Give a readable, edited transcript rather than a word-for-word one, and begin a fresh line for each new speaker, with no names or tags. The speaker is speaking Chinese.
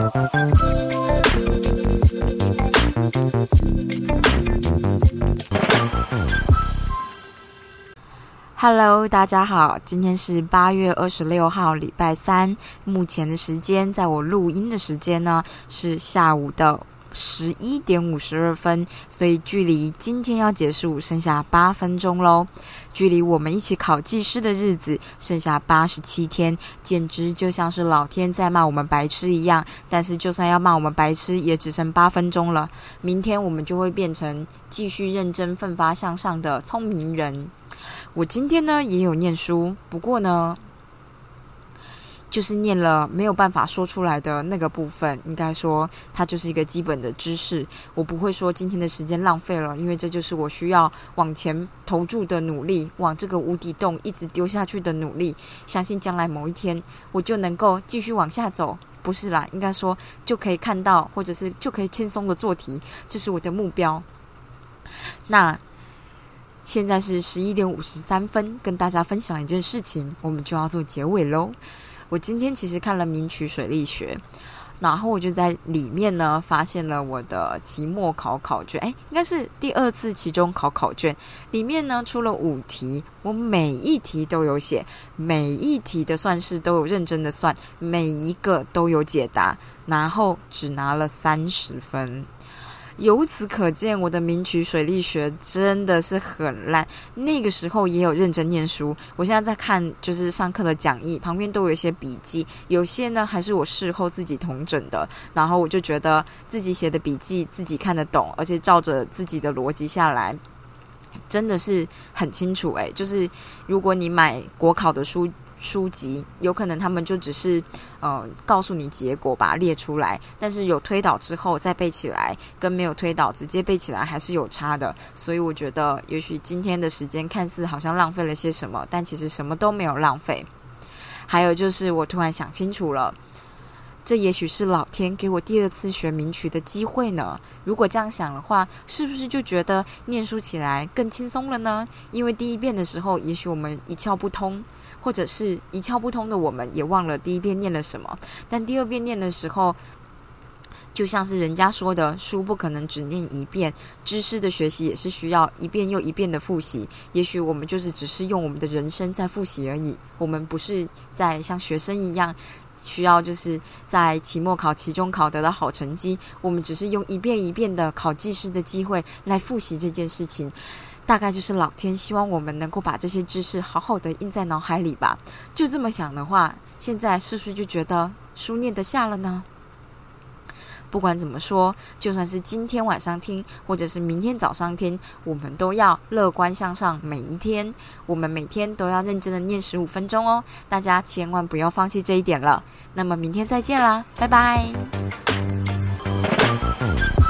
Hello， 大家好，今天是8月26号，礼拜三。目前的时间，在我录音的时间呢，是下午的11点52分，所以距离今天要结束剩下8分钟咯。距离我们一起考技师的日子剩下87天，简直就像是老天在骂我们白痴一样。但是就算要骂我们白痴，也只剩8分钟了。明天我们就会变成继续认真奋发向上的聪明人。我今天呢也有念书，不过呢就是念了没有办法说出来的那个部分，应该说它就是一个基本的知识。我不会说今天的时间浪费了，因为这就是我需要往前投注的努力，往这个无底洞一直丢下去的努力。相信将来某一天我就能够继续往下走，不是啦，应该说就可以看到，或者是就可以轻松的做题，这是我的目标。那现在是11点53分，跟大家分享一件事情，我们就要做结尾咯。我今天其实看了名曲水力学，然后我就在里面呢发现了我的期末考卷，应该是第2次期中考卷，里面呢出了5题，我每一题都有写，每一题的算式都有认真的算，每一个都有解答，然后只拿了30分。由此可见，我的名曲水力学真的是很烂。那个时候也有认真念书，我现在在看就是上课的讲义，旁边都有一些笔记，有些呢还是我事后自己统整的。然后我就觉得自己写的笔记自己看得懂，而且照着自己的逻辑下来，真的是很清楚。就是如果你买国考的书籍，有可能他们就只是告诉你结果把它列出来，但是有推导之后再背起来，跟没有推导直接背起来还是有差的。所以我觉得也许今天的时间看似好像浪费了些什么，但其实什么都没有浪费。还有就是我突然想清楚了，这也许是老天给我第2次学名曲的机会呢。如果这样想的话，是不是就觉得念书起来更轻松了呢？因为第1遍的时候也许我们一窍不通，或者是一窍不通的我们也忘了第1遍念了什么，但第2遍念的时候，就像是人家说的，书不可能只念1遍，知识的学习也是需要1遍又1遍的复习。也许我们就是只是用我们的人生在复习而已，我们不是在像学生一样需要就是在期末考、期中考得到好成绩，我们只是用1遍1遍的考技师的机会来复习这件事情。大概就是老天希望我们能够把这些知识好好的印在脑海里吧。就这么想的话，现在是不是就觉得书念得下了呢？不管怎么说，就算是今天晚上听，或者是明天早上听，我们都要乐观向上，每一天我们每天都要认真的念15分钟哦，大家千万不要放弃这一点了。那么明天再见啦，拜拜。